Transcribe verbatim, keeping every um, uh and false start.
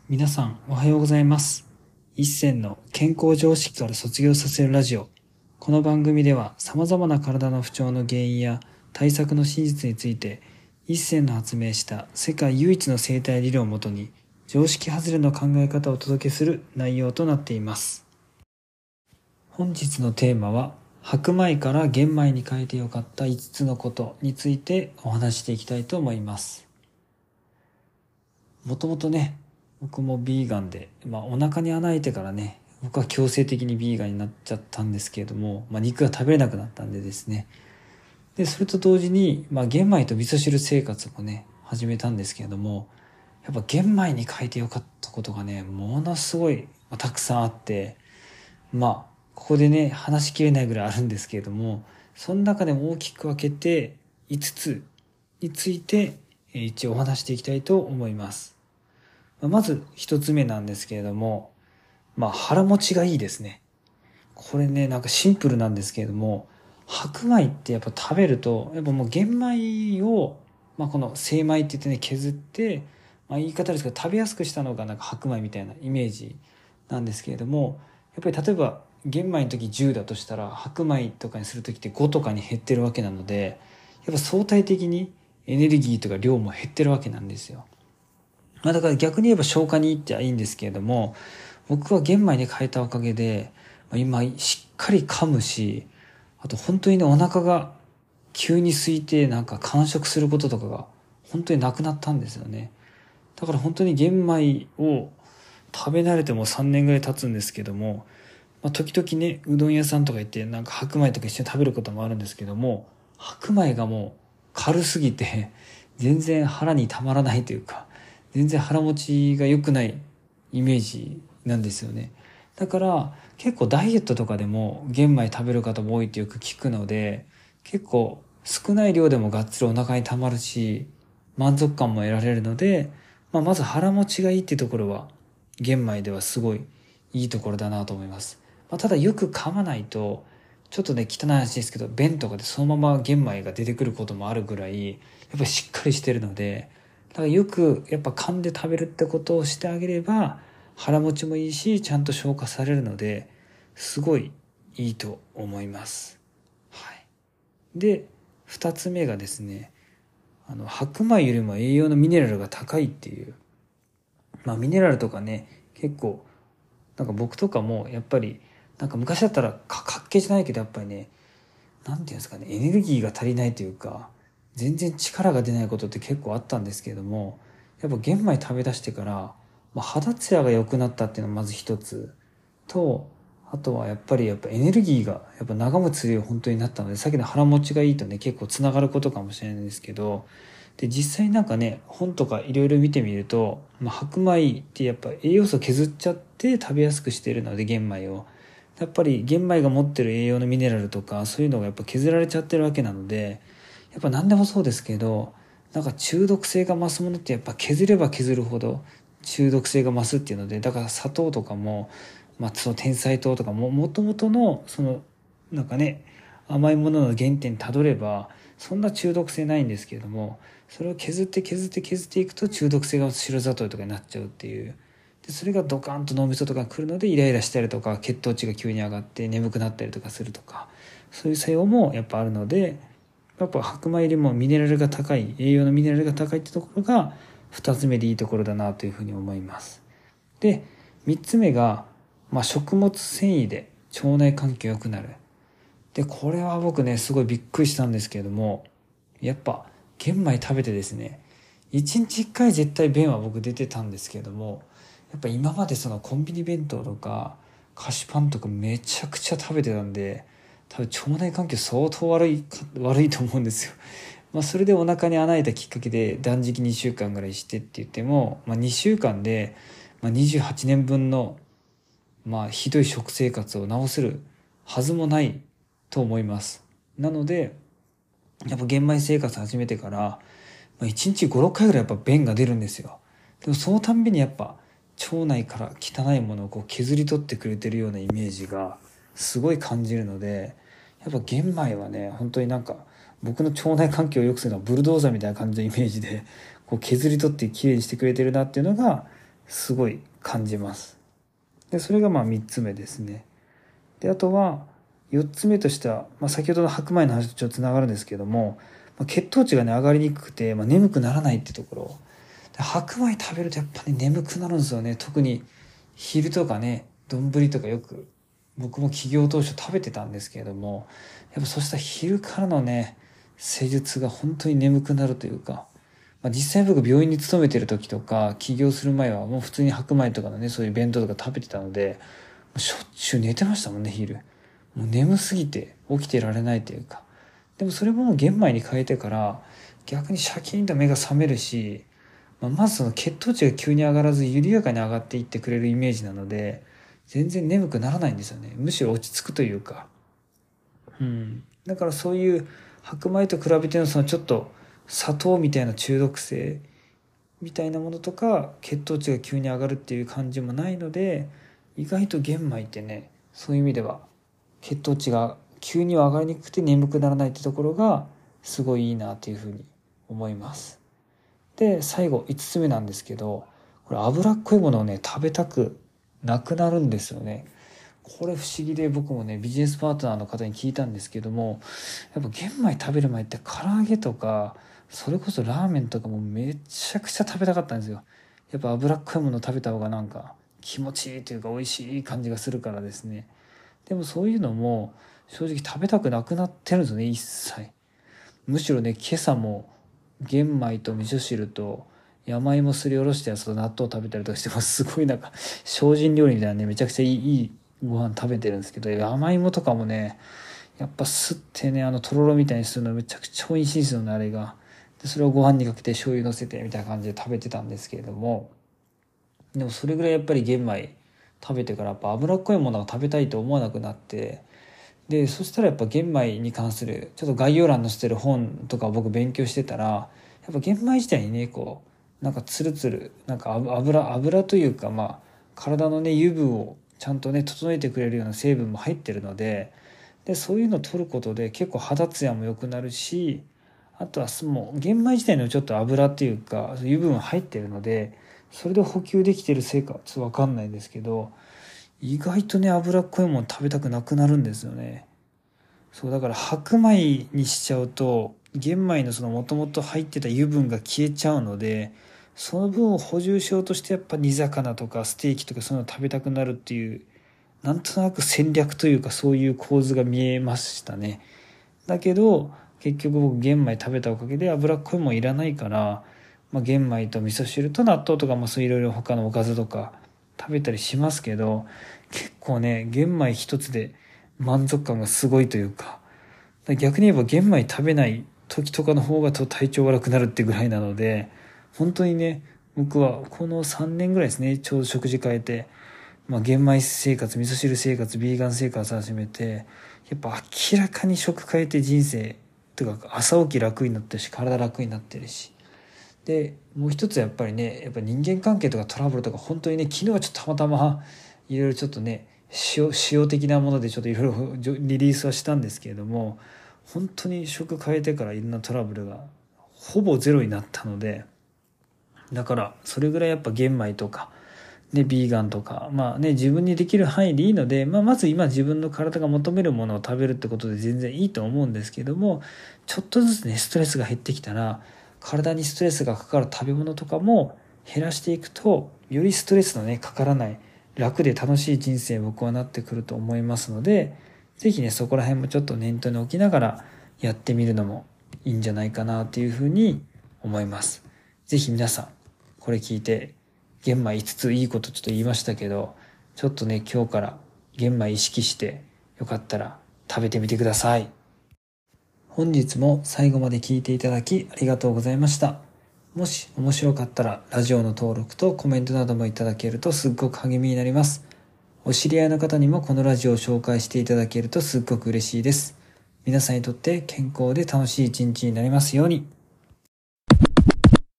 皆さんおはようございます。一銭の健康常識から卒業させるラジオ。この番組では様々な体の不調の原因や対策の真実について、一銭の発明した世界唯一の生態理論をもとに常識外れの考え方をお届けする内容となっています。本日のテーマは、白米から玄米に変えてよかったいつつのことについてお話していきたいと思います。もともとね、僕もビーガンで、まあお腹に穴開いてからね、僕は強制的にビーガンになっちゃったんですけれども、まあ肉が食べれなくなったんでですね。で、それと同時に、まあ玄米と味噌汁生活もね、始めたんですけれども、やっぱ玄米に変えてよかったことがね、ものすごい、まあ、たくさんあって、まあ、ここでね、話しきれないぐらいあるんですけれども、その中でも大きく分けていつつについて、えー一応お話していきたいと思います。まず一つ目なんですけれども、まあ腹持ちがいいですね。これね、なんかシンプルなんですけれども、白米ってやっぱ食べると、やっぱもう玄米を、まあこの精米って言ってね、削って、まあ言い方ですけど食べやすくしたのがなんか白米みたいなイメージなんですけれども、やっぱり例えば玄米の時じゅうだとしたら白米とかにする時ってごとかに減ってるわけなので、やっぱ相対的にエネルギーとか量も減ってるわけなんですよ。まあだから逆に言えば消化にいいっちゃいいんですけれども、僕は玄米に変えたおかげで、まあ今しっかり噛むし、あと本当にね、お腹が急に空いてなんか間食することとかが本当になくなったんですよね。だから本当に玄米を食べ慣れてもさんねんぐらい経つんですけども、まあ、時々ね、うどん屋さんとか行ってなんか白米とか一緒に食べることもあるんですけども、白米がもう軽すぎて全然腹にたまらないというか、全然腹持ちが良くないイメージなんですよね。だから結構ダイエットとかでも玄米食べる方も多いってよく聞くので、結構少ない量でもがっつりお腹にたまるし、満足感も得られるので、まあ、まず腹持ちがいいっていうところは玄米ではすごいいいところだなと思います。まあ、ただよく噛まないと、ちょっとね、汚い話ですけど、便とかでそのまま玄米が出てくることもあるぐらい、やっぱりしっかりしてるので、だからよくやっぱ噛んで食べるってことをしてあげれば、腹持ちもいいし、ちゃんと消化されるので、すごいいいと思います。はい。で、二つ目がですね、あの、白米よりも栄養のミネラルが高いっていう。まあミネラルとかね、結構、なんか僕とかもやっぱり、なんか昔だったらか、かっけじゃないけどやっぱりね、なんていうんですかね、エネルギーが足りないというか、全然力が出ないことって結構あったんですけれども、やっぱ玄米食べ出してから、まあ、肌ツヤが良くなったっていうのがまず一つと、あとはやっぱりやっぱエネルギーがやっぱ長持ちするよう本当になったので、さっきの腹持ちがいいとね、結構つながることかもしれないんですけど、で、実際なんかね、本とかいろいろ見てみると、まあ、白米ってやっぱ栄養素削っちゃって食べやすくしているので、玄米を。やっぱり玄米が持ってる栄養のミネラルとかそういうのがやっぱ削られちゃってるわけなので、やっぱ何でもそうですけど、なんか中毒性が増すものってやっぱ削れば削るほど中毒性が増すっていうので、だから砂糖とかも、まあその天才糖とかも元々のそのなんかね、甘いものの原点たどればそんな中毒性ないんですけれども、それを削って削って削っていくと中毒性が白砂糖とかになっちゃうっていう。でそれがドカンと脳みそとかに来るのでイライラしたりとか血糖値が急に上がって眠くなったりとかするとか、そういう作用もやっぱあるので、やっぱ白米よりもミネラルが高い、栄養のミネラルが高いってところが二つ目でいいところだなというふうに思います。で、三つ目が、まあ、食物繊維で腸内環境良くなる。で、これは僕ね、すごいびっくりしたんですけれども、やっぱ玄米食べてですね、一日一回絶対便は僕出てたんですけれども、やっぱ今までそのコンビニ弁当とか菓子パンとかめちゃくちゃ食べてたんで、多分腸内環境相当悪い悪いと思うんですよ。まあそれでお腹に穴開いたきっかけで断食にしゅうかんぐらいしてって言っても、まあ、にしゅうかんで、まあ、にじゅうはちねんぶんのまあひどい食生活を治せるはずもないと思います。なのでやっぱ玄米生活始めてから、まあ、いちにちご、ろっかいぐらいやっぱ便が出るんですよ。でもそのたんびにやっぱ腸内から汚いものをこう削り取ってくれてるようなイメージがすごい感じるので、やっぱ玄米はね、本当になんか僕の腸内環境を良くするのはブルドーザーみたいな感じのイメージでこう削り取ってきれいにしてくれてるなっていうのがすごい感じます。でそれがまあみっつめですね。であとはよっつめとしては、まあ、先ほどの白米の話とちょっとつながるんですけども、まあ、血糖値がね上がりにくくて、まあ、眠くならないってところで、白米食べるとやっぱね眠くなるんですよね。特に昼とかね丼とかよく僕も起業当初食べてたんですけれども、やっぱそうした昼からのね施術が本当に眠くなるというか、まあ、実際僕病院に勤めてる時とか起業する前はもう普通に白米とかのねそういう弁当とか食べてたので、しょっちゅう寝てましたもんね。昼もう眠すぎて起きてられないというか。でもそれももう玄米に変えてから逆にシャキーンと目が覚めるし、まあ、まずその血糖値が急に上がらず緩やかに上がっていってくれるイメージなので、全然眠くならないんですよね。むしろ落ち着くというか、うん、だからそういう白米と比べてのそのちょっと砂糖みたいな中毒性みたいなものとか血糖値が急に上がるっていう感じもないので、意外と玄米ってねそういう意味では血糖値が急には上がりにくくて眠くならないってところがすごいいいなっていうふうに思います。で最後いつつめなんですけど、これ脂っこいものをね食べたくなくなるんですよね。これ不思議で、僕もねビジネスパートナーの方に聞いたんですけども、やっぱ玄米食べる前って唐揚げとかそれこそラーメンとかもめちゃくちゃ食べたかったんですよ。やっぱ脂っこいもの食べた方がなんか気持ちいいというか美味しい感じがするからですね。でもそういうのも正直食べたくなくなってるんですよね、一切。むしろね今朝も玄米と味噌汁と山芋すりおろしてやつと納豆食べたりとかしてます。すごいなんか精進料理みたいなねめちゃくちゃいい、いいご飯食べてるんですけど、山芋とかもねやっぱすってねあのとろろみたいにするのめちゃくちゃ美味しいですよね、あれが。でそれをご飯にかけて醤油乗せてみたいな感じで食べてたんですけれども、でもそれぐらいやっぱり玄米食べてからやっぱ脂っこいものが食べたいと思わなくなって、でそしたらやっぱ玄米に関するちょっと概要欄載せてる本とかを僕勉強してたら、やっぱ玄米自体にねこうなんかツルツルなんか油油というか、まあ体のね油分をちゃんとね整えてくれるような成分も入ってるので、でそういうのを取ることで結構肌ツヤも良くなるし、あとはもう玄米自体のちょっと油っていうか油分入ってるので、それで補給できてるせいかちょっと分かんないんですけど、意外とね脂っこいもの食べたくなくなるんですよね。そうだから白米にしちゃうと玄米のそのもともと入ってた油分が消えちゃうので、その分を補充しようとしてやっぱ煮魚とかステーキとかそういうの食べたくなるっていう、なんとなく戦略というかそういう構図が見えましたね。だけど結局僕玄米食べたおかげで脂っこいもんいらないから、まあ、玄米と味噌汁と納豆とかもそういろいろ他のおかずとか食べたりしますけど、結構ね玄米一つで満足感がすごいというか、逆に言えば玄米食べない時とかの方が体調悪くなるってぐらいなので、本当にね僕はこのさんねんぐらいですね、ちょうど食事変えて、まあ、玄米生活味噌汁生活ビーガン生活始めて、やっぱ明らかに食変えて人生とか朝起き楽になってるし体楽になってるし、でもう一つやっぱりねやっぱ人間関係とかトラブルとか本当にね、昨日はちょっとたまたまいろいろちょっとね塩塩的なものでちょっといろいろリリースはしたんですけれども、本当に食変えてからいろんなトラブルがほぼゼロになったので、だからそれぐらいやっぱ玄米とかでビーガンとかまあね自分にできる範囲でいいので、まあ、まず今自分の体が求めるものを食べるってことで全然いいと思うんですけども、ちょっとずつねストレスが減ってきたら体にストレスがかかる食べ物とかも減らしていくと、よりストレスのねかからない楽で楽しい人生僕はなってくると思いますので、ぜひねそこら辺もちょっと念頭に置きながらやってみるのもいいんじゃないかなというふうに思います。ぜひ皆さんこれ聞いて玄米いつついいことちょっと言いましたけど、ちょっとね今日から玄米意識してよかったら食べてみてください。本日も最後まで聞いていただきありがとうございました。もし面白かったらラジオの登録とコメントなどもいただけるとすっごく励みになります。お知り合いの方にもこのラジオを紹介していただけるとすっごく嬉しいです。皆さんにとって健康で楽しい一日になりますように。